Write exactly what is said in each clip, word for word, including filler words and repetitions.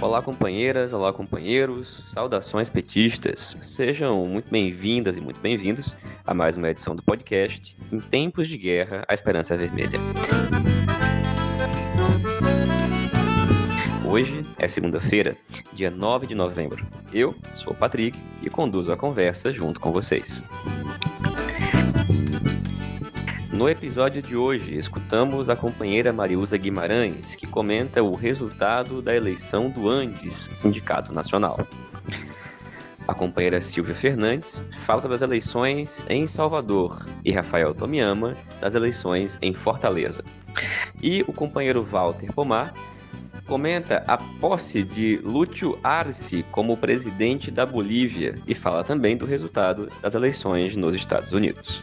Olá, companheiras, olá, companheiros, saudações petistas. Sejam muito bem-vindas e muito bem-vindos a mais uma edição do podcast Em Tempos de Guerra, a Esperança é Vermelha. Hoje é segunda-feira, dia nove de novembro. Eu sou o Patrick e conduzo a conversa junto com vocês. No episódio de hoje, escutamos a companheira Mariusa Guimarães, que comenta o resultado da eleição do Andes, Sindicato Nacional. A companheira Silvia Fernandes fala sobre as eleições em Salvador e Rafael Tomiyama das eleições em Fortaleza. E o companheiro Walter Pomar comenta a posse de Lúcio Arce como presidente da Bolívia e fala também do resultado das eleições nos Estados Unidos.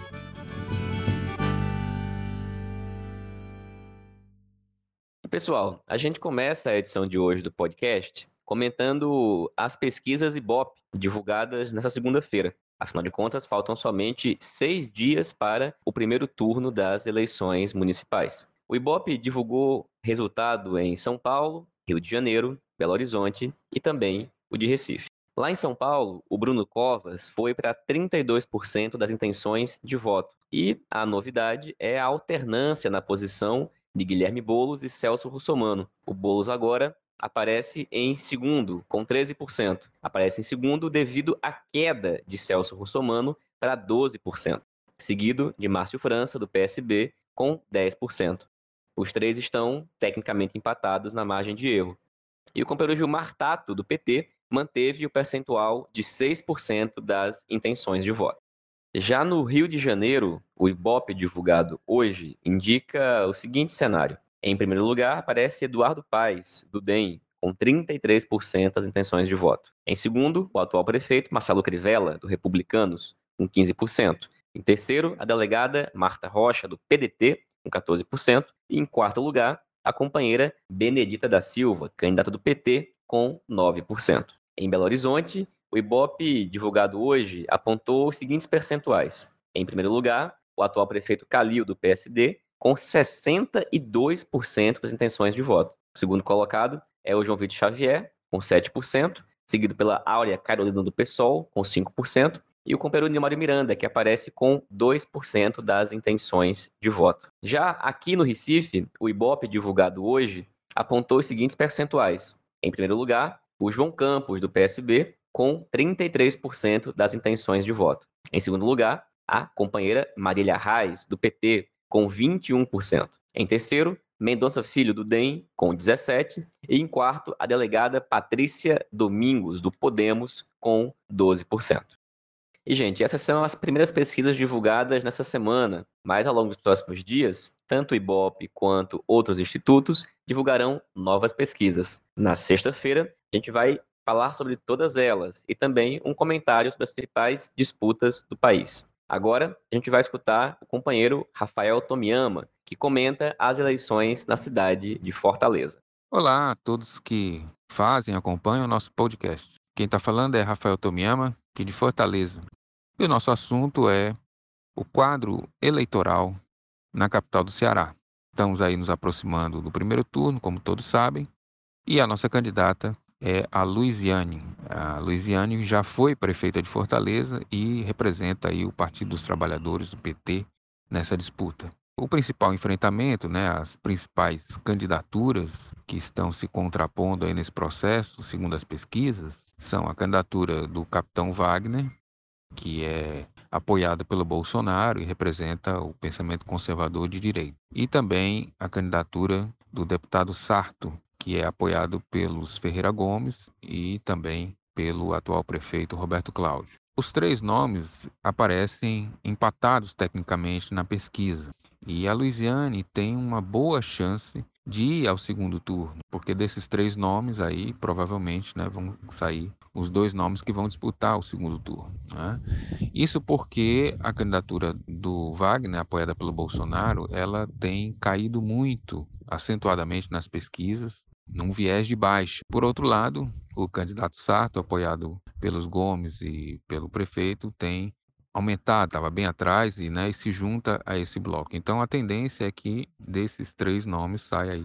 Pessoal, a gente começa a edição de hoje do podcast comentando as pesquisas Ibope divulgadas nessa segunda-feira. Afinal de contas, faltam somente seis dias para o primeiro turno das eleições municipais. O Ibope divulgou resultado em São Paulo, Rio de Janeiro, Belo Horizonte e também o de Recife. Lá em São Paulo, o Bruno Covas foi para trinta e dois por cento das intenções de voto. E a novidade é a alternância na posição de Guilherme Boulos e Celso Russomano. O Boulos agora aparece em segundo, com treze por cento. Aparece em segundo devido à queda de Celso Russomano para doze por cento, seguido de Márcio França, do P S B, com dez por cento. Os três estão tecnicamente empatados na margem de erro. E o companheiro Gilmar Tato, do P T, manteve o percentual de seis por cento das intenções de voto. Já no Rio de Janeiro, o Ibope divulgado hoje indica o seguinte cenário. Em primeiro lugar, aparece Eduardo Paes, do D E M, com trinta e três por cento das intenções de voto. Em segundo, o atual prefeito, Marcelo Crivella, do Republicanos, com quinze por cento. Em terceiro, a delegada Marta Rocha, do P D T, com quatorze por cento. E em quarto lugar, a companheira Benedita da Silva, candidata do P T, com nove por cento. Em Belo Horizonte, o Ibope, divulgado hoje, apontou os seguintes percentuais. Em primeiro lugar, o atual prefeito Calil, do P S D, com sessenta e dois por cento das intenções de voto. O segundo colocado é o João Vitor Xavier, com sete por cento, seguido pela Áurea Carolina do PSOL, com cinco por cento, e o companheiro Nilmário Miranda, que aparece com dois por cento das intenções de voto. Já aqui no Recife, o Ibope, divulgado hoje, apontou os seguintes percentuais. Em primeiro lugar, o João Campos, do P S B, com trinta e três por cento das intenções de voto. Em segundo lugar, a companheira Marília Reis, do P T, com vinte e um por cento. Em terceiro, Mendonça Filho, do D E M, com dezessete por cento. E em quarto, a delegada Patrícia Domingos, do Podemos, com doze por cento. E, gente, essas são as primeiras pesquisas divulgadas nessa semana, mas ao longo dos próximos dias, tanto o Ibope quanto outros institutos divulgarão novas pesquisas. Na sexta-feira, a gente vai falar sobre todas elas e também um comentário sobre as principais disputas do país. Agora, a gente vai escutar o companheiro Rafael Tomiyama, que comenta as eleições na cidade de Fortaleza. Olá a todos que fazem e acompanham o nosso podcast. Quem está falando é Rafael Tomiyama, aqui de Fortaleza. E o nosso assunto é o quadro eleitoral na capital do Ceará. Estamos aí nos aproximando do primeiro turno, como todos sabem, e a nossa candidata é a Luiziane. A Luiziane já foi prefeita de Fortaleza e representa aí o Partido dos Trabalhadores, o P T, nessa disputa. O principal enfrentamento, né, as principais candidaturas que estão se contrapondo aí nesse processo, segundo as pesquisas, são a candidatura do capitão Wagner, que é apoiada pelo Bolsonaro e representa o pensamento conservador de direita. E também a candidatura do deputado Sarto, que é apoiado pelos Ferreira Gomes e também pelo atual prefeito Roberto Cláudio. Os três nomes aparecem empatados tecnicamente na pesquisa. E a Luiziane tem uma boa chance de ir ao segundo turno, porque desses três nomes aí, provavelmente, né, vão sair os dois nomes que vão disputar o segundo turno, né? Isso porque a candidatura do Wagner, apoiada pelo Bolsonaro, ela tem caído muito acentuadamente nas pesquisas, num viés de baixa. Por outro lado, o candidato Sarto, apoiado pelos Gomes e pelo prefeito, tem aumentado, estava bem atrás e, né, e se junta a esse bloco. Então a tendência é que desses três nomes saia aí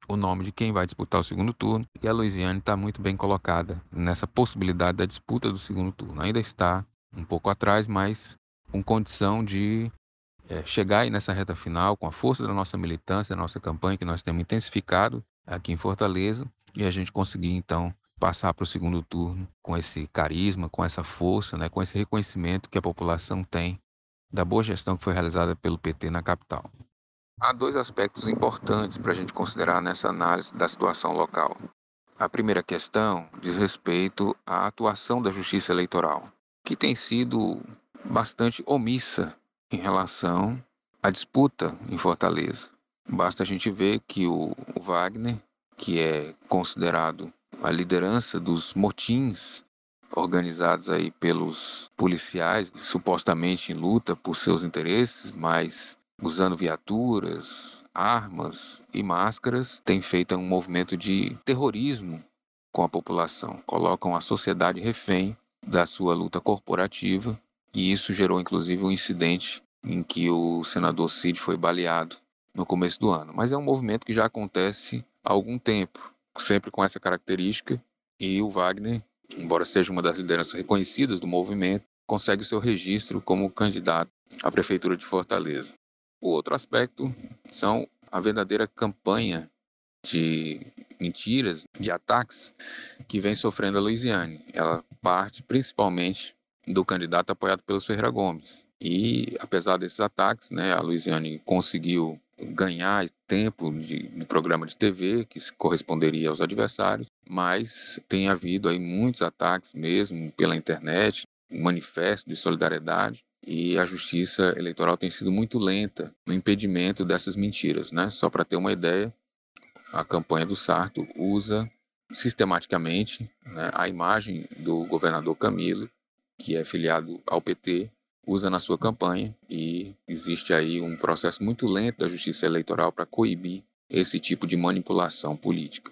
o nome de quem vai disputar o segundo turno, e a Louisiane está muito bem colocada nessa possibilidade da disputa do segundo turno. Ainda está um pouco atrás, mas com condição de é, chegar aí nessa reta final com a força da nossa militância, da nossa campanha, que nós temos intensificado aqui em Fortaleza, e a gente conseguir, então, passar para o segundo turno com esse carisma, com essa força, né, com esse reconhecimento que a população tem da boa gestão que foi realizada pelo P T na capital. Há dois aspectos importantes para a gente considerar nessa análise da situação local. A primeira questão diz respeito à atuação da Justiça Eleitoral, que tem sido bastante omissa em relação à disputa em Fortaleza. Basta a gente ver que o Wagner, que é considerado a liderança dos motins organizados aí pelos policiais, supostamente em luta por seus interesses, mas usando viaturas, armas e máscaras, tem feito um movimento de terrorismo com a população. Colocam a sociedade refém da sua luta corporativa, e isso gerou inclusive um incidente em que o senador Cid foi baleado no começo do ano. Mas é um movimento que já acontece há algum tempo, sempre com essa característica, e o Wagner, embora seja uma das lideranças reconhecidas do movimento, consegue o seu registro como candidato à Prefeitura de Fortaleza. O outro aspecto são a verdadeira campanha de mentiras, de ataques que vem sofrendo a Louisiane. Ela parte principalmente do candidato apoiado pelos Ferreira Gomes. E, apesar desses ataques, né, a Louisiane conseguiu ganhar tempo de, de programa de T V que corresponderia aos adversários, mas tem havido aí muitos ataques mesmo pela internet, um manifesto de solidariedade, e a justiça eleitoral tem sido muito lenta no impedimento dessas mentiras, né? Só para ter uma ideia, a campanha do Sarto usa sistematicamente, né, a imagem do governador Camilo, que é filiado ao P T, usa na sua campanha, e existe aí um processo muito lento da justiça eleitoral para coibir esse tipo de manipulação política.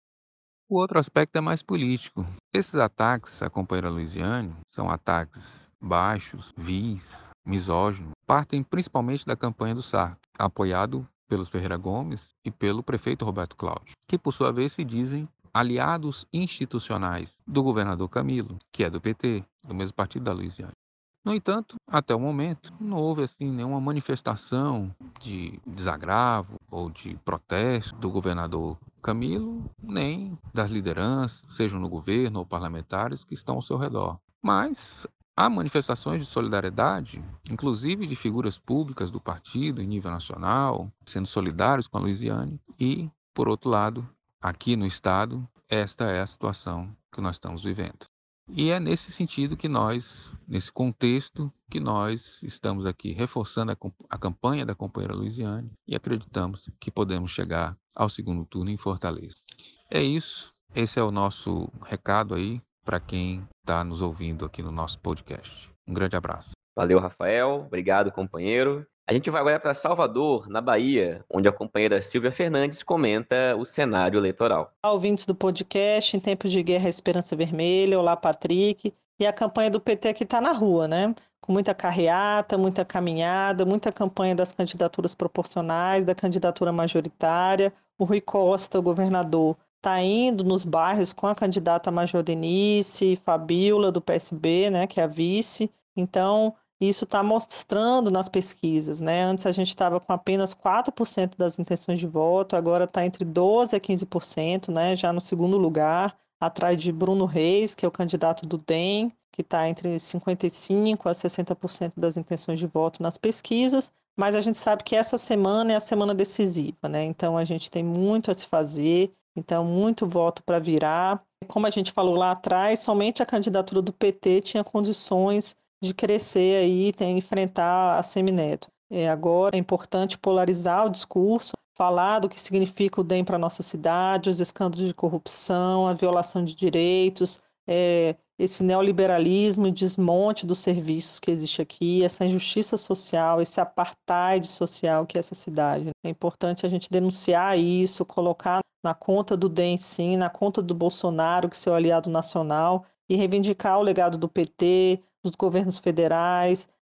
O outro aspecto é mais político. Esses ataques à companheira Louisiane são ataques baixos, vis, misóginos, partem principalmente da campanha do Sarto, apoiado pelos Ferreira Gomes e pelo prefeito Roberto Cláudio, que por sua vez se dizem aliados institucionais do governador Camilo, que é do P T, do mesmo partido da Louisiane. No entanto, até o momento, não houve assim nenhuma manifestação de desagravo ou de protesto do governador Camilo, nem das lideranças, sejam no governo ou parlamentares, que estão ao seu redor. Mas há manifestações de solidariedade, inclusive de figuras públicas do partido em nível nacional, sendo solidários com a Louisiane. E, por outro lado, aqui no estado, esta é a situação que nós estamos vivendo. E é nesse sentido que nós, nesse contexto, que nós estamos aqui reforçando a, a campanha da companheira Louisiane e acreditamos que podemos chegar ao segundo turno em Fortaleza. É isso, esse é o nosso recado aí para quem está nos ouvindo aqui no nosso podcast. Um grande abraço. Valeu, Rafael. Obrigado, companheiro. A gente vai agora para Salvador, na Bahia, onde a companheira Silvia Fernandes comenta o cenário eleitoral. Olá, ouvintes do podcast Em Tempos de Guerra, Esperança Vermelha. Olá, Patrick. E a campanha do P T aqui está na rua, né? Com muita carreata, muita caminhada, muita campanha das candidaturas proporcionais, da candidatura majoritária. O Rui Costa, o governador, está indo nos bairros com a candidata Major Denise, Fabíola, do P S B, né, que é a vice. Então, isso está mostrando nas pesquisas, né? Antes a gente estava com apenas quatro por cento das intenções de voto, agora está entre doze por cento a quinze por cento, né? Já no segundo lugar, atrás de Bruno Reis, que é o candidato do D E M, que está entre cinquenta e cinco por cento a sessenta por cento das intenções de voto nas pesquisas, mas a gente sabe que essa semana é a semana decisiva, né? Então a gente tem muito a se fazer, então muito voto para virar. Como a gente falou lá atrás, somente a candidatura do P T tinha condições de crescer aí, tem, enfrentar a Semineto. É, agora é importante polarizar o discurso, falar do que significa o D E M para a nossa cidade, os escândalos de corrupção, a violação de direitos, é, esse neoliberalismo e desmonte dos serviços que existe aqui, essa injustiça social, esse apartheid social que é essa cidade. É importante a gente denunciar isso, colocar na conta do D E M, sim, na conta do Bolsonaro, que é seu aliado nacional, e reivindicar o legado do P T, dos governos federais,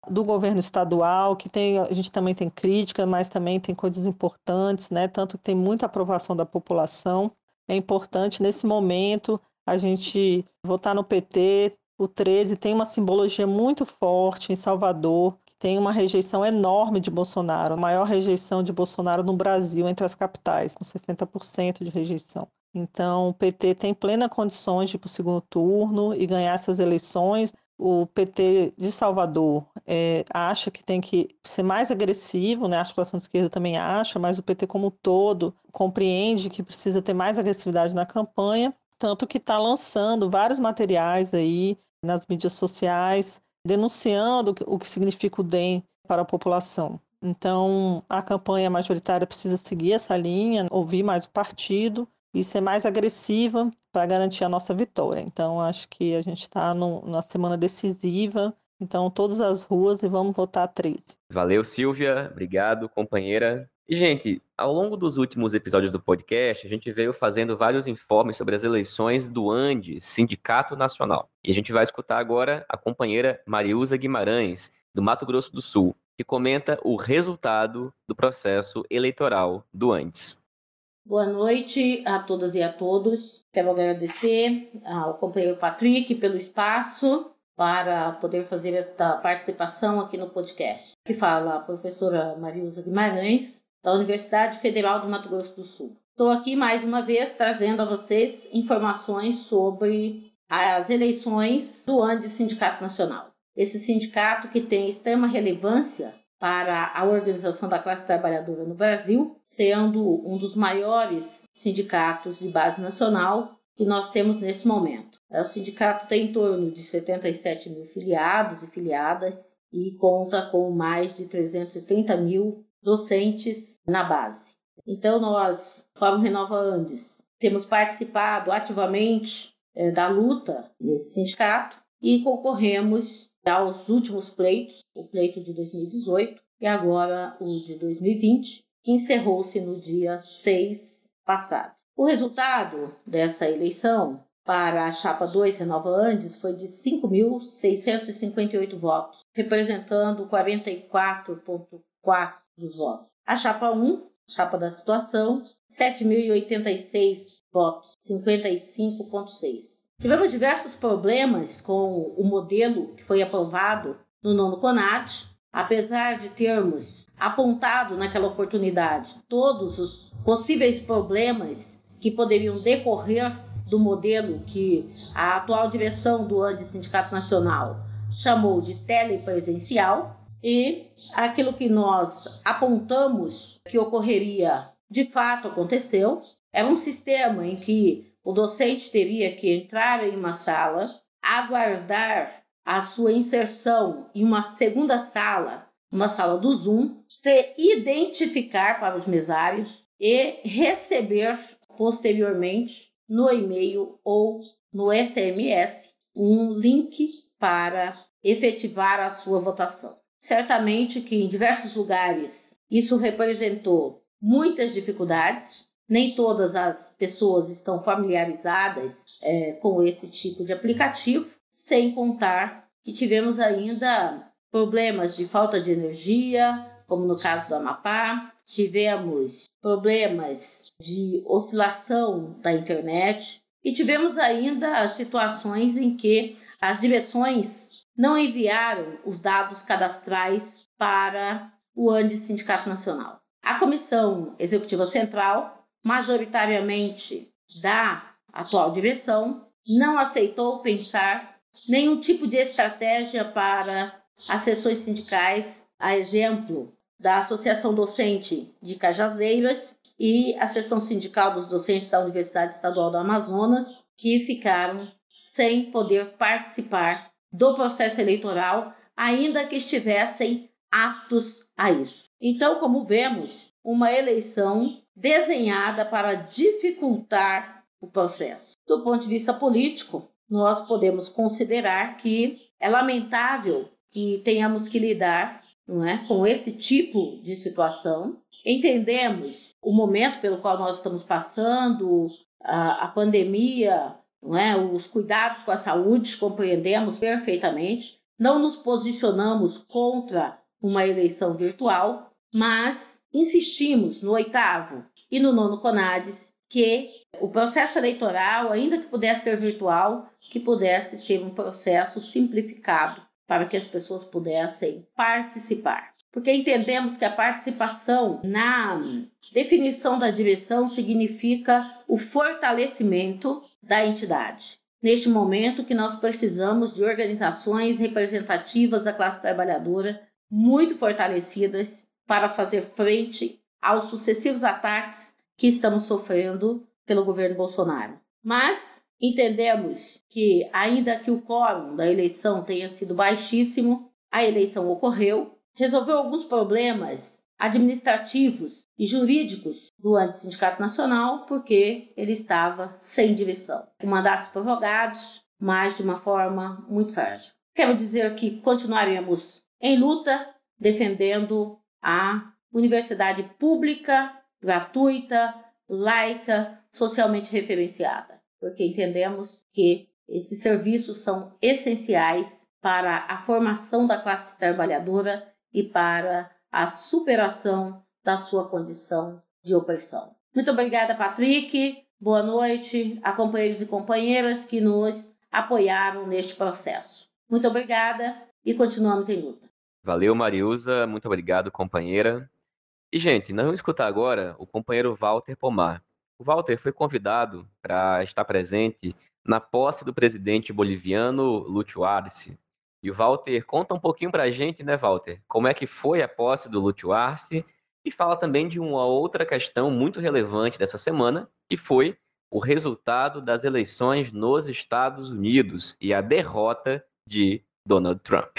do governo estadual, que tem, a gente também tem crítica, mas também tem coisas importantes, né? Tanto que tem muita aprovação da população. É importante, nesse momento, a gente votar no P T. O treze tem uma simbologia muito forte em Salvador, que tem uma rejeição enorme de Bolsonaro, a maior rejeição de Bolsonaro no Brasil entre as capitais, com sessenta por cento de rejeição. Então, o P T tem plena condições de ir para o segundo turno e ganhar essas eleições. O P T de Salvador é, acha que tem que ser mais agressivo, né? A articulação de esquerda também acha, mas o P T como um todo compreende que precisa ter mais agressividade na campanha, tanto que está lançando vários materiais aí nas mídias sociais, denunciando o que significa o D E M para a população. Então, a campanha majoritária precisa seguir essa linha, ouvir mais o partido e ser mais agressiva para garantir a nossa vitória. Então, acho que a gente está numa semana decisiva, então todas as ruas e vamos votar treze. Valeu, Silvia. Obrigado, companheira. E, gente, ao longo dos últimos episódios do podcast, a gente veio fazendo vários informes sobre as eleições do ANDES, Sindicato Nacional. E a gente vai escutar agora a companheira Mariusa Guimarães, do Mato Grosso do Sul, que comenta o resultado do processo eleitoral do ANDES. Boa noite a todas e a todos. Quero agradecer ao companheiro Patrick pelo espaço para poder fazer esta participação aqui no podcast. Que fala a professora Mariusa Guimarães, da Universidade Federal do Mato Grosso do Sul. Estou aqui mais uma vez trazendo a vocês informações sobre as eleições do ANDES Sindicato Nacional. Esse sindicato que tem extrema relevância para a organização da classe trabalhadora no Brasil, sendo um dos maiores sindicatos de base nacional que nós temos nesse momento. O sindicato tem em torno de setenta e sete mil filiados e filiadas e conta com mais de trezentos e trinta mil docentes na base. Então, nós, Fórum Renova Andes, temos participado ativamente é, da luta desse sindicato e concorremos aos últimos pleitos, o pleito de dois mil e dezoito e agora o de dois mil e vinte, que encerrou-se no dia seis passado. O resultado dessa eleição para a chapa dois Renova Andes foi de cinco mil seiscentos e cinquenta e oito votos, representando quarenta e quatro vírgula quatro por cento dos votos. A chapa um, chapa da situação, sete mil e oitenta e seis votos, cinquenta e cinco vírgula seis por cento. Tivemos diversos problemas com o modelo que foi aprovado no nono CONAD, apesar de termos apontado naquela oportunidade todos os possíveis problemas que poderiam decorrer do modelo que a atual direção do ANDES Sindicato Nacional chamou de telepresencial, e aquilo que nós apontamos que ocorreria de fato aconteceu. Era um sistema em que o docente teria que entrar em uma sala, aguardar a sua inserção em uma segunda sala, uma sala do Zoom, se identificar para os mesários e receber posteriormente no e-mail ou no S M S um link para efetivar a sua votação. Certamente que em diversos lugares isso representou muitas dificuldades. Nem todas as pessoas estão familiarizadas é, com esse tipo de aplicativo, sem contar que tivemos ainda problemas de falta de energia, como no caso do Amapá, tivemos problemas de oscilação da internet e tivemos ainda situações em que as direções não enviaram os dados cadastrais para o ANDES Sindicato Nacional. A Comissão Executiva Central, majoritariamente da atual direção, não aceitou pensar nenhum tipo de estratégia para as seções sindicais, a exemplo da Associação Docente de Cajazeiras e a Seção Sindical dos Docentes da Universidade Estadual do Amazonas, que ficaram sem poder participar do processo eleitoral, ainda que estivessem aptos a isso. Então, como vemos, uma eleição desenhada para dificultar o processo. Do ponto de vista político, nós podemos considerar que é lamentável que tenhamos que lidar, não é, com esse tipo de situação. Entendemos o momento pelo qual nós estamos passando, a, a pandemia, não é, os cuidados com a saúde, compreendemos perfeitamente. não nos posicionamos contra uma eleição virtual, mas insistimos no oitavo e no nono CONADES que o processo eleitoral, ainda que pudesse ser virtual, que pudesse ser um processo simplificado para que as pessoas pudessem participar. Porque entendemos que a participação na definição da direção significa o fortalecimento da entidade. Neste momento que nós precisamos de organizações representativas da classe trabalhadora muito fortalecidas para fazer frente aos sucessivos ataques que estamos sofrendo pelo governo Bolsonaro. Mas entendemos que, ainda que o quórum da eleição tenha sido baixíssimo, a eleição ocorreu, resolveu alguns problemas administrativos e jurídicos do Antissindicato Nacional, porque ele estava sem direção, com mandatos prorrogados, mas de uma forma muito frágil. Quero dizer que continuaremos em luta, defendendo a universidade pública, gratuita, laica, socialmente referenciada, porque entendemos que esses serviços são essenciais para a formação da classe trabalhadora e para a superação da sua condição de opressão. Muito obrigada, Patrick. Boa noite a companheiros e companheiras que nos apoiaram neste processo. Muito obrigada e continuamos em luta. Valeu, Mariusa. Muito obrigado, companheira. E, gente, nós vamos escutar agora o companheiro Walter Pomar. O Walter foi convidado para estar presente na posse do presidente boliviano Lúcio Arce. E o Walter conta um pouquinho para a gente, né, Walter, como é que foi a posse do Lúcio Arce e fala também de uma outra questão muito relevante dessa semana, que foi o resultado das eleições nos Estados Unidos e a derrota de Donald Trump.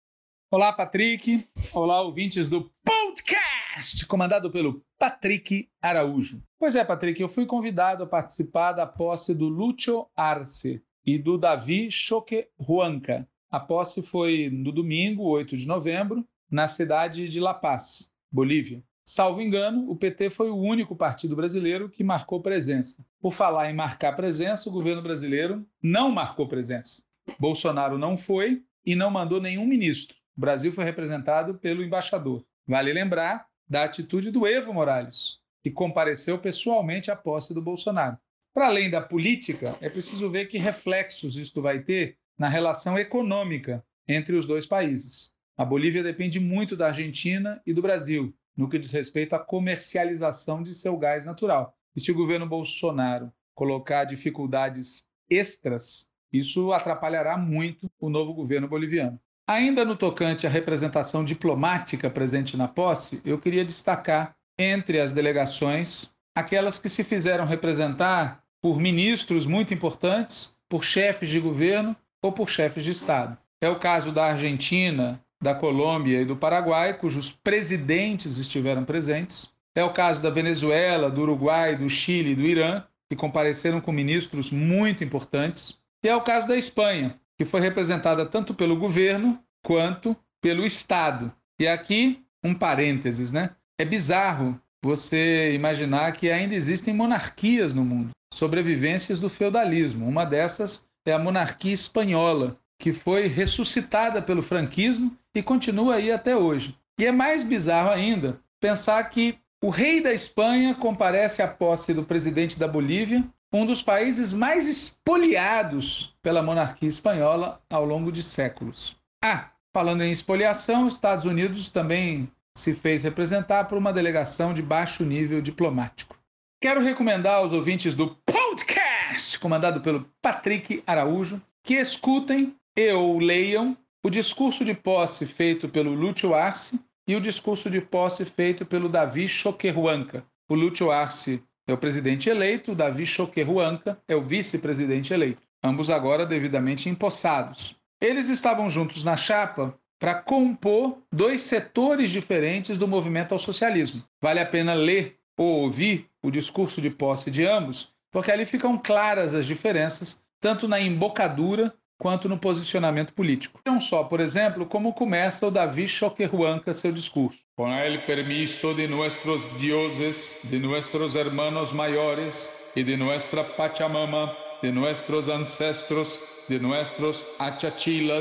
Olá, Patrick. Olá, ouvintes do podcast, comandado pelo Patrick Araújo. Pois é, Patrick, eu fui convidado a participar da posse do Lúcio Arce e do Davi Choquehuanca. A posse foi no domingo, oito de novembro, na cidade de La Paz, Bolívia. Salvo engano, o P T foi o único partido brasileiro que marcou presença. Por falar em marcar presença, o governo brasileiro não marcou presença. Bolsonaro não foi e não mandou nenhum ministro. O Brasil foi representado pelo embaixador. Vale lembrar da atitude do Evo Morales, que compareceu pessoalmente à posse do Bolsonaro. Para além da política, é preciso ver que reflexos isto vai ter na relação econômica entre os dois países. A Bolívia depende muito da Argentina e do Brasil, no que diz respeito à comercialização de seu gás natural. E se o governo Bolsonaro colocar dificuldades extras, isso atrapalhará muito o novo governo boliviano. Ainda no tocante à representação diplomática presente na posse, eu queria destacar, entre as delegações, aquelas que se fizeram representar por ministros muito importantes, por chefes de governo ou por chefes de Estado. É o caso da Argentina, da Colômbia e do Paraguai, cujos presidentes estiveram presentes. É o caso da Venezuela, do Uruguai, do Chile e do Irã, que compareceram com ministros muito importantes. E é o caso da Espanha, que foi representada tanto pelo governo quanto pelo Estado. E aqui, um parênteses, né? É bizarro você imaginar que ainda existem monarquias no mundo, sobrevivências do feudalismo. Uma dessas é a monarquia espanhola, que foi ressuscitada pelo franquismo e continua aí até hoje. E é mais bizarro ainda pensar que o rei da Espanha comparece à posse do presidente da Bolívia, um dos países mais espoliados pela monarquia espanhola ao longo de séculos. Ah, falando em espoliação, os Estados Unidos também se fez representar por uma delegação de baixo nível diplomático. Quero recomendar aos ouvintes do podcast, comandado pelo Patrick Araújo, que escutem e ou leiam o discurso de posse feito pelo Lúcio Arce e o discurso de posse feito pelo Davi Choquehuanca. O Lúcio Arce é o presidente eleito, o Davi Choquehuanca é o vice-presidente eleito, ambos agora devidamente empossados. Eles estavam juntos na chapa para compor dois setores diferentes do movimento ao socialismo. Vale a pena ler ou ouvir o discurso de posse de ambos, porque ali ficam claras as diferenças, tanto na embocadura quanto no posicionamento político. Não só, por exemplo, como começa o Davi Choquehuanca seu discurso. Com el permiso de nuestros dioses, de nuestros hermanos maiores e de nuestra Pachamama, de nuestros ancestros, de nuestros achachilas,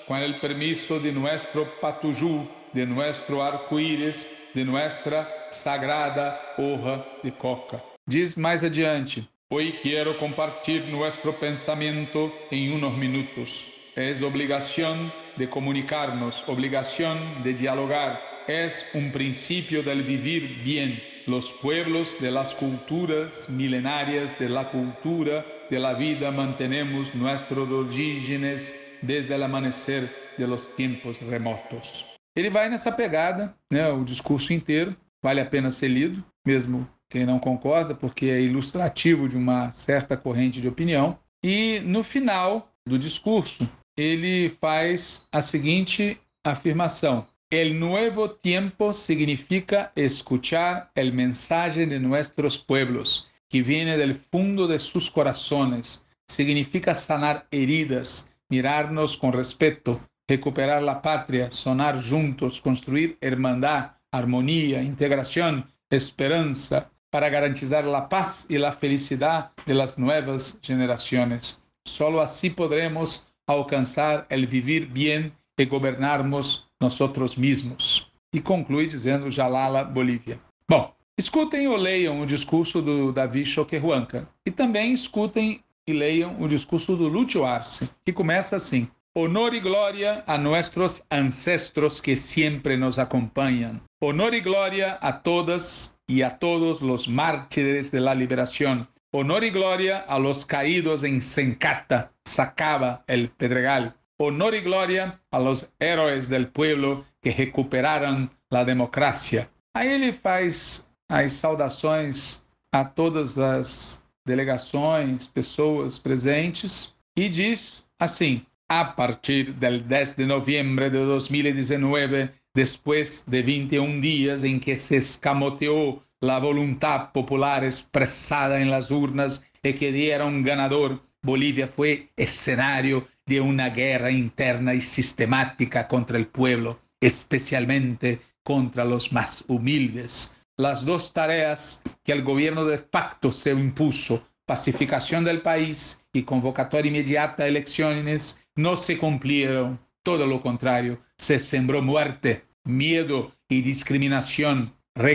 con el permiso de nuestro Patujú, de nuestro arco-íris, de nuestra sagrada hoja de coca. Diz mais adiante: hoy quiero compartir nuestro pensamiento en unos minutos. Es obligación de comunicarnos, obligación de dialogar. Es un principio del vivir bien. Los pueblos de las culturas milenarias, de la cultura de la vida, mantenemos nuestros orígenes desde el amanecer de los tiempos remotos. Ele vai nessa pegada, né, o discurso inteiro, vale a pena ser lido, mesmo quem não concorda, porque é ilustrativo de uma certa corrente de opinião. E no final do discurso, ele faz a seguinte afirmação: el nuevo tiempo significa escuchar el mensaje de nuestros pueblos, que viene del fundo de sus corazones. Significa sanar heridas, mirarnos con respeto, recuperar la patria, sonar juntos, construir hermandad, armonía, integración, esperanza, para garantizar la paz y la felicidad de las nuevas generaciones. Solo así podremos alcanzar el vivir bien e governarmos nosotros mismos. E conclui dizendo Jalala, Bolívia. Bom, escutem ou leiam o discurso do David Choquehuanca e também escutem e leiam o discurso do Lúcio Arce, que começa assim: honor y gloria a nuestros ancestros que siempre nos acompañan. Honor y gloria a todas y a todos los mártires de la liberación. Honor y gloria a los caídos en Sencata, Sacaba, El Pedregal. Honor y gloria a los héroes del pueblo que recuperaram la democracia. Aí ele faz as saudações a todas as delegações, pessoas presentes e diz assim: a partir del dez de noviembre de dos mil diecinueve, después de veintiún días en que se escamoteó la voluntad popular expresada en las urnas y que dieron ganador, Bolivia fue escenario de una guerra interna y sistemática contra el pueblo, especialmente contra los más humildes. Las dos tareas que el gobierno de facto se impuso, pacificación del país y convocatoria inmediata a elecciones, no se cumplieron. Todo lo contrario, se sembró muerte, miedo y discriminación,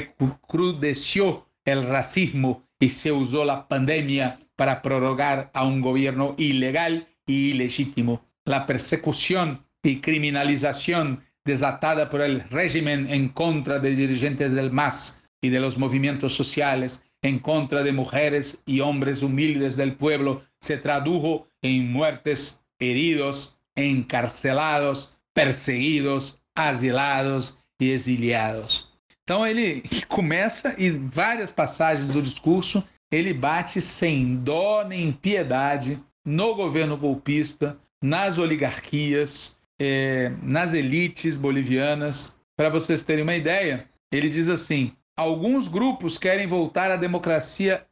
recrudeció el racismo y se usó la pandemia para prorrogar a un gobierno ilegal y ilegítimo. La persecución y criminalización desatada por el régimen en contra de dirigentes del M A S y de los movimientos sociales, en contra de mujeres y hombres humildes del pueblo, se tradujo en muertes, heridos, encarcelados, perseguidos, asilados e exiliados. Então ele começa, e várias passagens do discurso, ele bate sem dó nem piedade no governo golpista, nas oligarquias, eh, nas elites bolivianas. Para vocês terem uma ideia, ele diz assim: alguns grupos querem voltar à democracia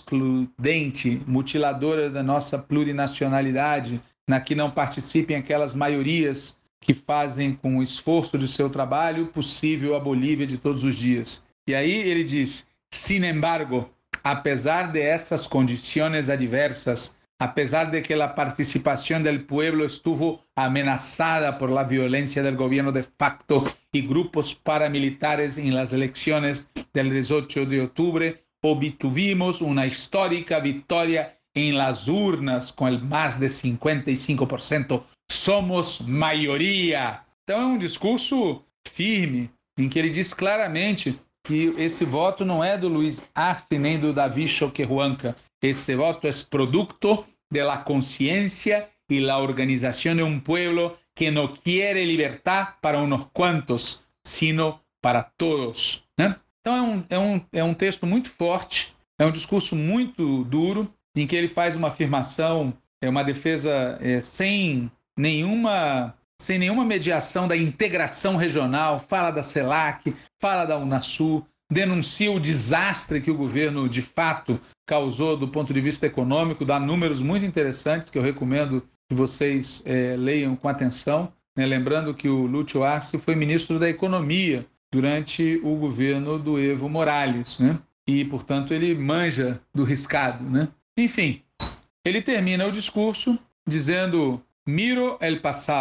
excludente, mutiladora da nossa plurinacionalidade, na que não participem aquelas maiorias que fazem com o esforço de seu trabalho possível a Bolívia de todos os dias. E aí ele diz: sin embargo, apesar de essas condições adversas, apesar de que a participação do pueblo estuvo amenazada por la violência del gobierno de facto y grupos paramilitares en las elecciones del dieciocho de octubre, obtuvimos una histórica victoria en las urnas com el mais de cinquenta e cinco por cento. Somos maioria. Então é um discurso firme, em que ele diz claramente que esse voto não é do Luiz Arce nem do David Choquehuanca. Esse voto é producto de la conciencia y la organización de un pueblo que no quiere libertad para unos cuantos, sino para todos, né? Então é um, é, um, é um texto muito forte, é um discurso muito duro, em que ele faz uma afirmação, é uma defesa é, sem nenhuma, sem nenhuma mediação da integração regional, fala da CELAC, fala da Unasul, denuncia o desastre que o governo de fato causou do ponto de vista econômico, dá números muito interessantes que eu recomendo que vocês é, leiam com atenção, né? Lembrando que o Lúcio Arce foi ministro da Economia durante o governo do Evo Morales, né? E, portanto, ele manja do riscado, né? Enfim, ele termina o discurso dizendo: miro el pasado,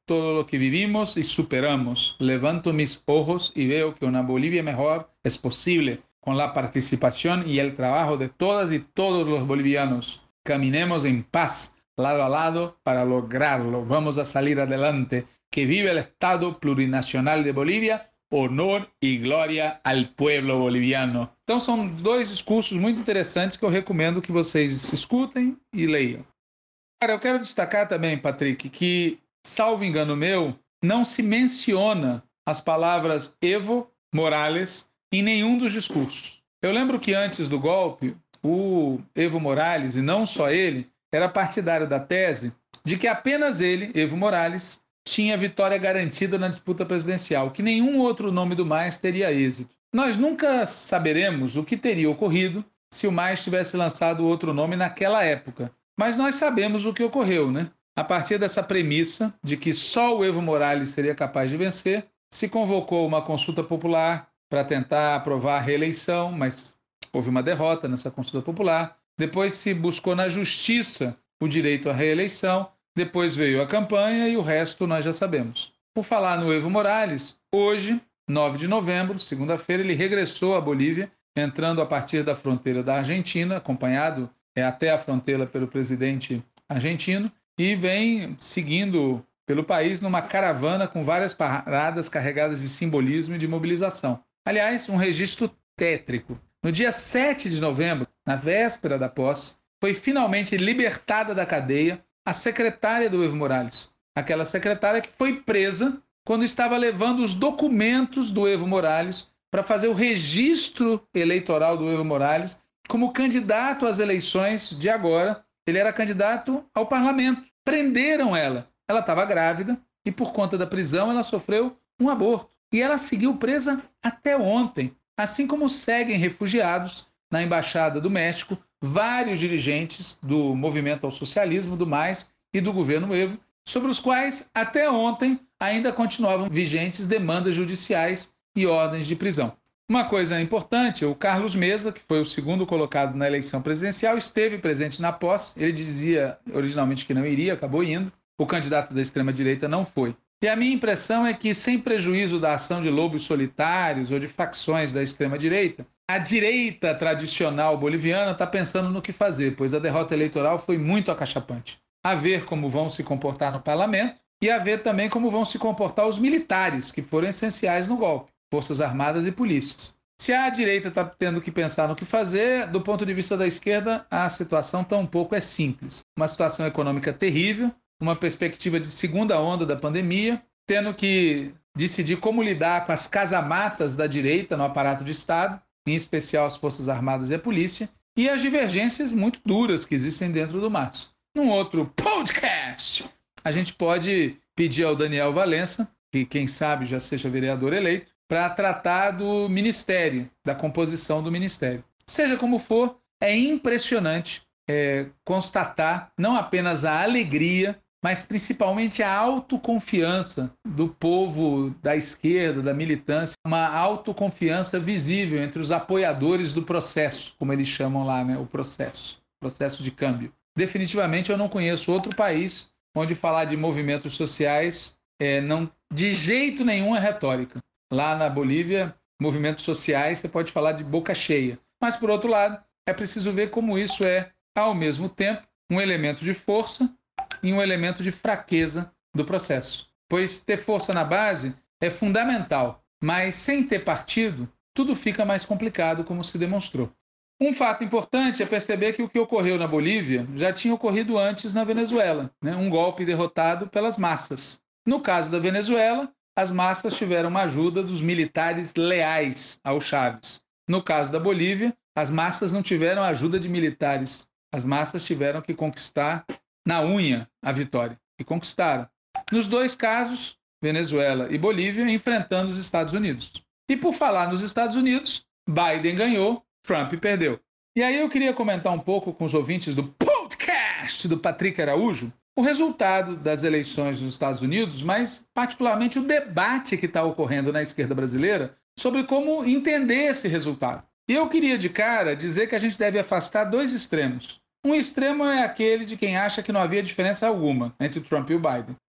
todo lo que vivimos y superamos. Levanto mis ojos y veo que una Bolivia mejor es posible con la participación y el trabajo de todas y todos los bolivianos. Caminemos en paz, lado a lado, para lograrlo. Vamos a salir adelante. Que vive el Estado plurinacional de Bolívia. Honor e glória ao povo boliviano. Então são dois discursos muito interessantes que eu recomendo que vocês escutem e leiam. Cara, eu quero destacar também, Patrick, que, salvo engano meu, não se menciona as palavras Evo Morales em nenhum dos discursos. Eu lembro que antes do golpe, o Evo Morales, e não só ele, era partidário da tese de que apenas ele, Evo Morales, tinha vitória garantida na disputa presidencial, que nenhum outro nome do MAS teria êxito. Nós nunca saberemos o que teria ocorrido se o MAS tivesse lançado outro nome naquela época. Mas nós sabemos o que ocorreu, né? A partir dessa premissa de que só o Evo Morales seria capaz de vencer, se convocou uma consulta popular para tentar aprovar a reeleição, mas houve uma derrota nessa consulta popular. Depois se buscou na justiça o direito à reeleição. Depois veio a campanha e o resto nós já sabemos. Por falar no Evo Morales, hoje, nove de novembro, segunda-feira, ele regressou à Bolívia, entrando a partir da fronteira da Argentina, acompanhado é, até a fronteira pelo presidente argentino, e vem seguindo pelo país numa caravana com várias paradas carregadas de simbolismo e de mobilização. Aliás, um registro tétrico. No dia sete de novembro, na véspera da posse, foi finalmente libertada da cadeia a secretária do Evo Morales, aquela secretária que foi presa quando estava levando os documentos do Evo Morales para fazer o registro eleitoral do Evo Morales como candidato às eleições de agora. Ele era candidato ao parlamento. Prenderam ela. Ela estava grávida e, por conta da prisão, ela sofreu um aborto. E ela seguiu presa até ontem, assim como seguem refugiados na Embaixada do México vários dirigentes do Movimento ao Socialismo, do MAS e do governo Evo, sobre os quais, até ontem, ainda continuavam vigentes demandas judiciais e ordens de prisão. Uma coisa importante, o Carlos Mesa, que foi o segundo colocado na eleição presidencial, esteve presente na posse. Ele dizia originalmente que não iria, acabou indo. O candidato da extrema-direita não foi. E a minha impressão é que, sem prejuízo da ação de lobos solitários ou de facções da extrema-direita, a direita tradicional boliviana está pensando no que fazer, pois a derrota eleitoral foi muito acachapante. A ver como vão se comportar no parlamento e a ver também como vão se comportar os militares, que foram essenciais no golpe, forças armadas e polícias. Se a direita está tendo que pensar no que fazer, do ponto de vista da esquerda, a situação tampouco é simples. Uma situação econômica terrível, uma perspectiva de segunda onda da pandemia, tendo que decidir como lidar com as casamatas da direita no aparato de Estado, em especial as Forças Armadas e a Polícia, e as divergências muito duras que existem dentro do MAS. Num outro podcast, a gente pode pedir ao Daniel Valença, que quem sabe já seja vereador eleito, para tratar do ministério, da composição do ministério. Seja como for, é impressionante é, constatar não apenas a alegria, mas principalmente a autoconfiança do povo da esquerda, da militância, uma autoconfiança visível entre os apoiadores do processo, como eles chamam lá, né? O processo, processo de câmbio. Definitivamente eu não conheço outro país onde falar de movimentos sociais é, não, de jeito nenhum é retórica. Lá na Bolívia, movimentos sociais você pode falar de boca cheia. Mas, por outro lado, é preciso ver como isso é, ao mesmo tempo, um elemento de força e um elemento de fraqueza do processo. Pois ter força na base é fundamental, mas sem ter partido, tudo fica mais complicado, como se demonstrou. Um fato importante é perceber que o que ocorreu na Bolívia já tinha ocorrido antes na Venezuela, né? Um golpe derrotado pelas massas. No caso da Venezuela, as massas tiveram uma ajuda dos militares leais ao Chávez. No caso da Bolívia, as massas não tiveram a ajuda de militares. As massas tiveram que conquistar na unha a vitória. E conquistaram. Nos dois casos, Venezuela e Bolívia, enfrentando os Estados Unidos. E por falar nos Estados Unidos, Biden ganhou, Trump perdeu. E aí eu queria comentar um pouco com os ouvintes do podcast do Patrick Araújo o resultado das eleições dos Estados Unidos, mas particularmente o debate que está ocorrendo na esquerda brasileira sobre como entender esse resultado. E eu queria de cara dizer que a gente deve afastar dois extremos. Um extremo é aquele de quem acha que não havia diferença alguma entre Trump e o Biden.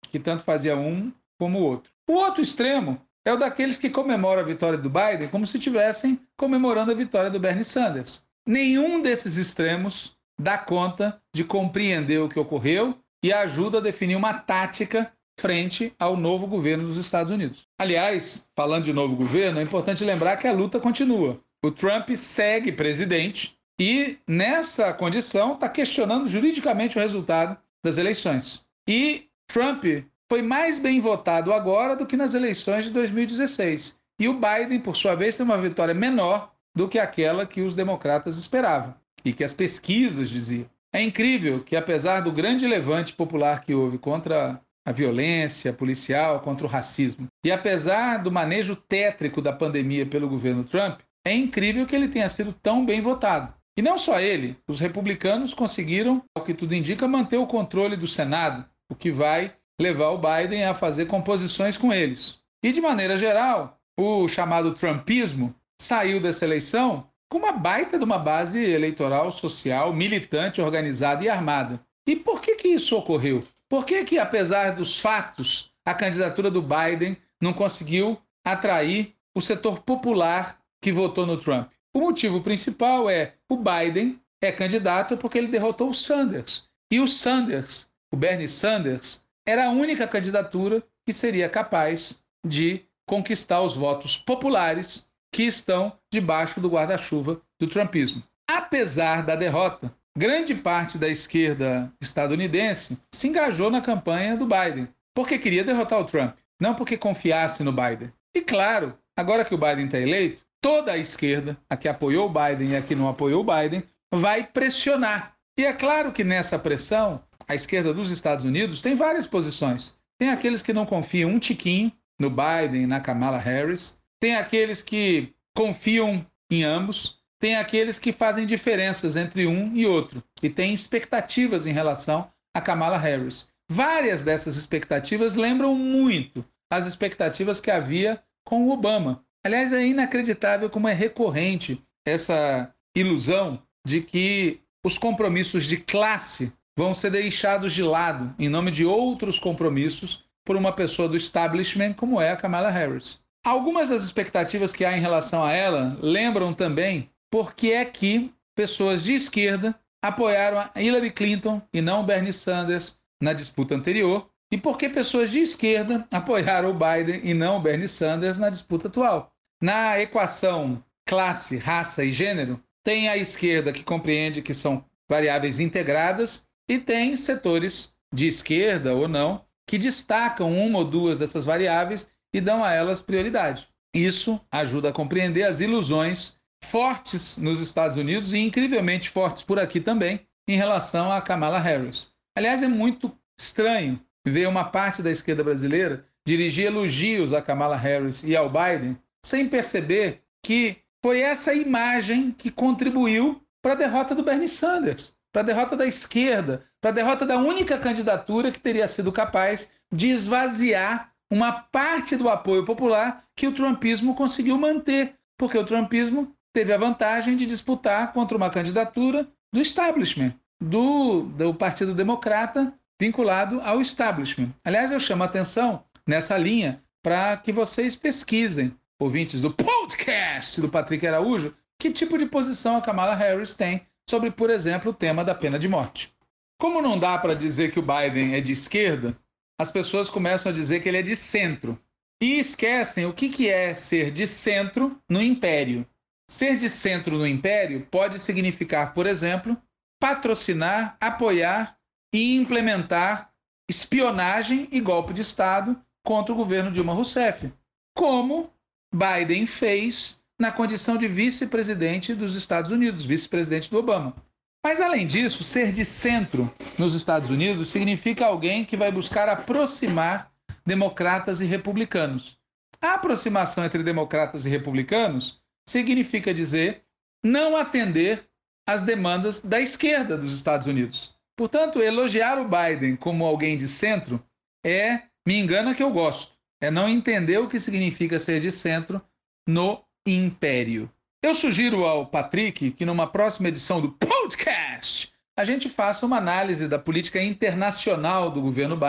que tanto fazia um como o outro. O outro extremo é o daqueles que comemoram a vitória do Biden como se estivessem comemorando a vitória do Bernie Sanders. Nenhum desses extremos dá conta de compreender o que ocorreu e ajuda a definir uma tática frente ao novo governo dos Estados Unidos. Aliás, falando de novo governo, é importante lembrar que a luta continua. O Trump segue presidente e, nessa condição, está questionando juridicamente o resultado das eleições. E Trump foi mais bem votado agora do que nas eleições de dois mil e dezesseis. E o Biden, por sua vez, tem uma vitória menor do que aquela que os democratas esperavam e que as pesquisas diziam. É incrível que, apesar do grande levante popular que houve contra a violência policial, contra o racismo, e apesar do manejo tétrico da pandemia pelo governo Trump, é incrível que ele tenha sido tão bem votado. E não só ele, os republicanos conseguiram, ao que tudo indica, manter o controle do Senado, o que vai levar o Biden a fazer composições com eles. E, de maneira geral, o chamado trumpismo saiu dessa eleição com uma baita de uma base eleitoral, social, militante, organizada e armada. E por que que isso ocorreu? Por que que, apesar dos fatos, a candidatura do Biden não conseguiu atrair o setor popular que votou no Trump? O motivo principal é o Biden é candidato porque ele derrotou o Sanders. E o Sanders, o Bernie Sanders, era a única candidatura que seria capaz de conquistar os votos populares que estão debaixo do guarda-chuva do trumpismo. Apesar da derrota, grande parte da esquerda estadunidense se engajou na campanha do Biden, porque queria derrotar o Trump, não porque confiasse no Biden. E claro, agora que o Biden está eleito, toda a esquerda, a que apoiou o Biden e a que não apoiou o Biden, vai pressionar. E é claro que nessa pressão, a esquerda dos Estados Unidos tem várias posições. Tem aqueles que não confiam um tiquinho no Biden e na Kamala Harris. Tem aqueles que confiam em ambos. Tem aqueles que fazem diferenças entre um e outro. E tem expectativas em relação a Kamala Harris. Várias dessas expectativas lembram muito as expectativas que havia com o Obama. Aliás, é inacreditável como é recorrente essa ilusão de que os compromissos de classe vão ser deixados de lado em nome de outros compromissos por uma pessoa do establishment como é a Kamala Harris. Algumas das expectativas que há em relação a ela lembram também por que é que pessoas de esquerda apoiaram a Hillary Clinton e não Bernie Sanders na disputa anterior e por que pessoas de esquerda apoiaram o Biden e não Bernie Sanders na disputa atual. Na equação classe, raça e gênero, tem a esquerda que compreende que são variáveis integradas e tem setores de esquerda ou não que destacam uma ou duas dessas variáveis e dão a elas prioridade. Isso ajuda a compreender as ilusões fortes nos Estados Unidos e incrivelmente fortes por aqui também em relação a Kamala Harris. Aliás, é muito estranho ver uma parte da esquerda brasileira dirigir elogios a Kamala Harris e ao Biden sem perceber que foi essa imagem que contribuiu para a derrota do Bernie Sanders, para a derrota da esquerda, para a derrota da única candidatura que teria sido capaz de esvaziar uma parte do apoio popular que o trumpismo conseguiu manter, porque o trumpismo teve a vantagem de disputar contra uma candidatura do establishment, do, do Partido Democrata vinculado ao establishment. Aliás, eu chamo a atenção nessa linha para que vocês pesquisem, ouvintes do podcast do Patrick Araújo, que tipo de posição a Kamala Harris tem sobre, por exemplo, o tema da pena de morte. Como não dá para dizer que o Biden é de esquerda, as pessoas começam a dizer que ele é de centro. E esquecem o que que é ser de centro no império. Ser de centro no império pode significar, por exemplo, patrocinar, apoiar e implementar espionagem e golpe de Estado contra o governo Dilma Rousseff, como Biden fez na condição de vice-presidente dos Estados Unidos, vice-presidente do Obama. Mas, além disso, ser de centro nos Estados Unidos significa alguém que vai buscar aproximar democratas e republicanos. A aproximação entre democratas e republicanos significa dizer não atender às demandas da esquerda dos Estados Unidos. Portanto, elogiar o Biden como alguém de centro é, me engana que eu gosto, é não entender o que significa ser de centro no império. Eu sugiro ao Patrick que numa próxima edição do podcast a gente faça uma análise da política internacional do governo Biden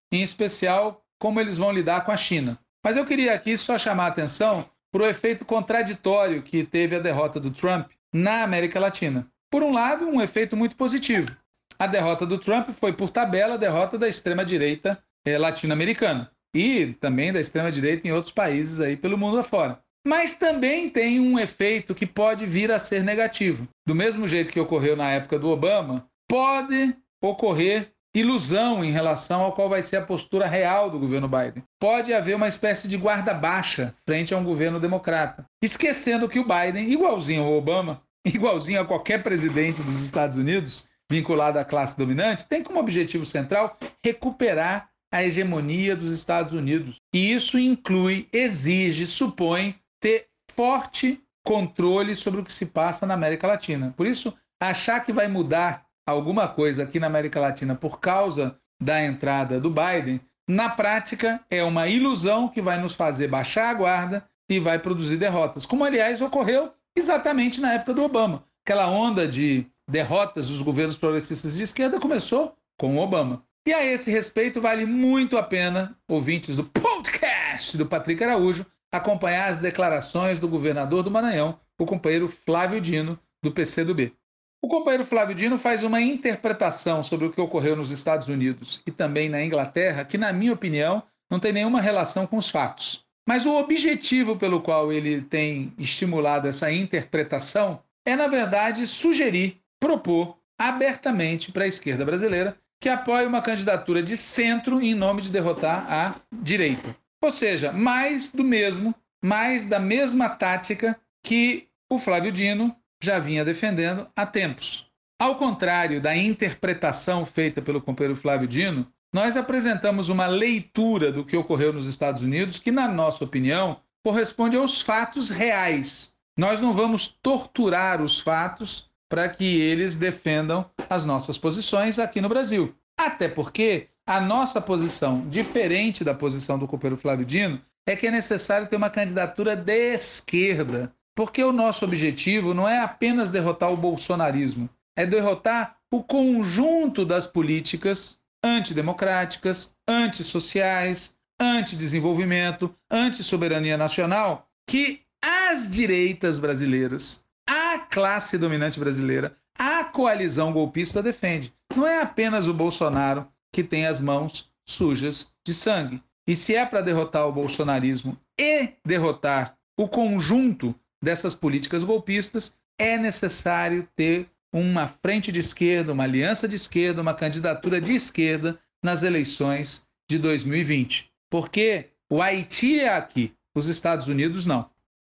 em especial como eles vão lidar com a China. Mas eu queria aqui só chamar a atenção para o efeito contraditório que teve a derrota do Trump na América Latina. Por um lado, um efeito muito positivo. A derrota do Trump foi, por tabela, a derrota da extrema-direita eh, latino-americana e também da extrema-direita em outros países aí pelo mundo afora. Mas também tem um efeito que pode vir a ser negativo. Do mesmo jeito que ocorreu na época do Obama, pode ocorrer ilusão em relação ao qual vai ser a postura real do governo Biden. Pode haver uma espécie de guarda baixa frente a um governo democrata, esquecendo que o Biden, igualzinho ao Obama, igualzinho a qualquer presidente dos Estados Unidos, vinculado à classe dominante, tem como objetivo central recuperar a hegemonia dos Estados Unidos. E isso inclui, exige, supõe ter forte controle sobre o que se passa na América Latina. Por isso, achar que vai mudar alguma coisa aqui na América Latina por causa da entrada do Biden, na prática é uma ilusão que vai nos fazer baixar a guarda e vai produzir derrotas, como aliás ocorreu exatamente na época do Obama. Aquela onda de derrotas dos governos progressistas de esquerda começou com o Obama. E a esse respeito vale muito a pena, ouvintes do podcast do Patrick Araújo, acompanhar as declarações do governador do Maranhão, o companheiro Flávio Dino, do P C do B. O companheiro Flávio Dino faz uma interpretação sobre o que ocorreu nos Estados Unidos e também na Inglaterra, que, na minha opinião, não tem nenhuma relação com os fatos. Mas o objetivo pelo qual ele tem estimulado essa interpretação é, na verdade, sugerir, propor abertamente para a esquerda brasileira que apoie uma candidatura de centro em nome de derrotar a direita. Ou seja, mais do mesmo, mais da mesma tática que o Flávio Dino já vinha defendendo há tempos. Ao contrário da interpretação feita pelo companheiro Flávio Dino, nós apresentamos uma leitura do que ocorreu nos Estados Unidos que, na nossa opinião, corresponde aos fatos reais. Nós não vamos torturar os fatos para que eles defendam as nossas posições aqui no Brasil. Até porque a nossa posição, diferente da posição do companheiro Flávio Dino, é que é necessário ter uma candidatura de esquerda. Porque o nosso objetivo não é apenas derrotar o bolsonarismo, é derrotar o conjunto das políticas antidemocráticas, antissociais, antidesenvolvimento, antissoberania nacional, que as direitas brasileiras, a classe dominante brasileira, a coalizão golpista defende. Não é apenas o Bolsonaro que tem as mãos sujas de sangue. E se é para derrotar o bolsonarismo e derrotar o conjunto dessas políticas golpistas, é necessário ter uma frente de esquerda, uma aliança de esquerda, uma candidatura de esquerda nas eleições de dois mil e vinte. Porque o Haiti é aqui, os Estados Unidos não.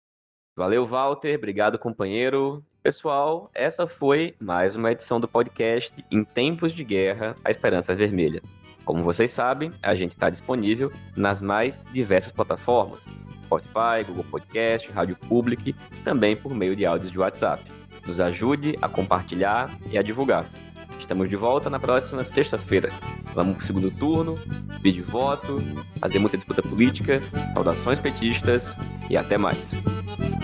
Valeu, Walter. Obrigado, companheiro. Pessoal, essa foi mais uma edição do podcast Em Tempos de Guerra, a Esperança Vermelha. Como vocês sabem, a gente está disponível nas mais diversas plataformas. Spotify, Google Podcast, Rádio Public, também por meio de áudios de WhatsApp. Nos ajude a compartilhar e a divulgar. Estamos de volta na próxima sexta-feira. Vamos para o segundo turno, vídeo voto, fazer muita disputa política, saudações petistas e até mais.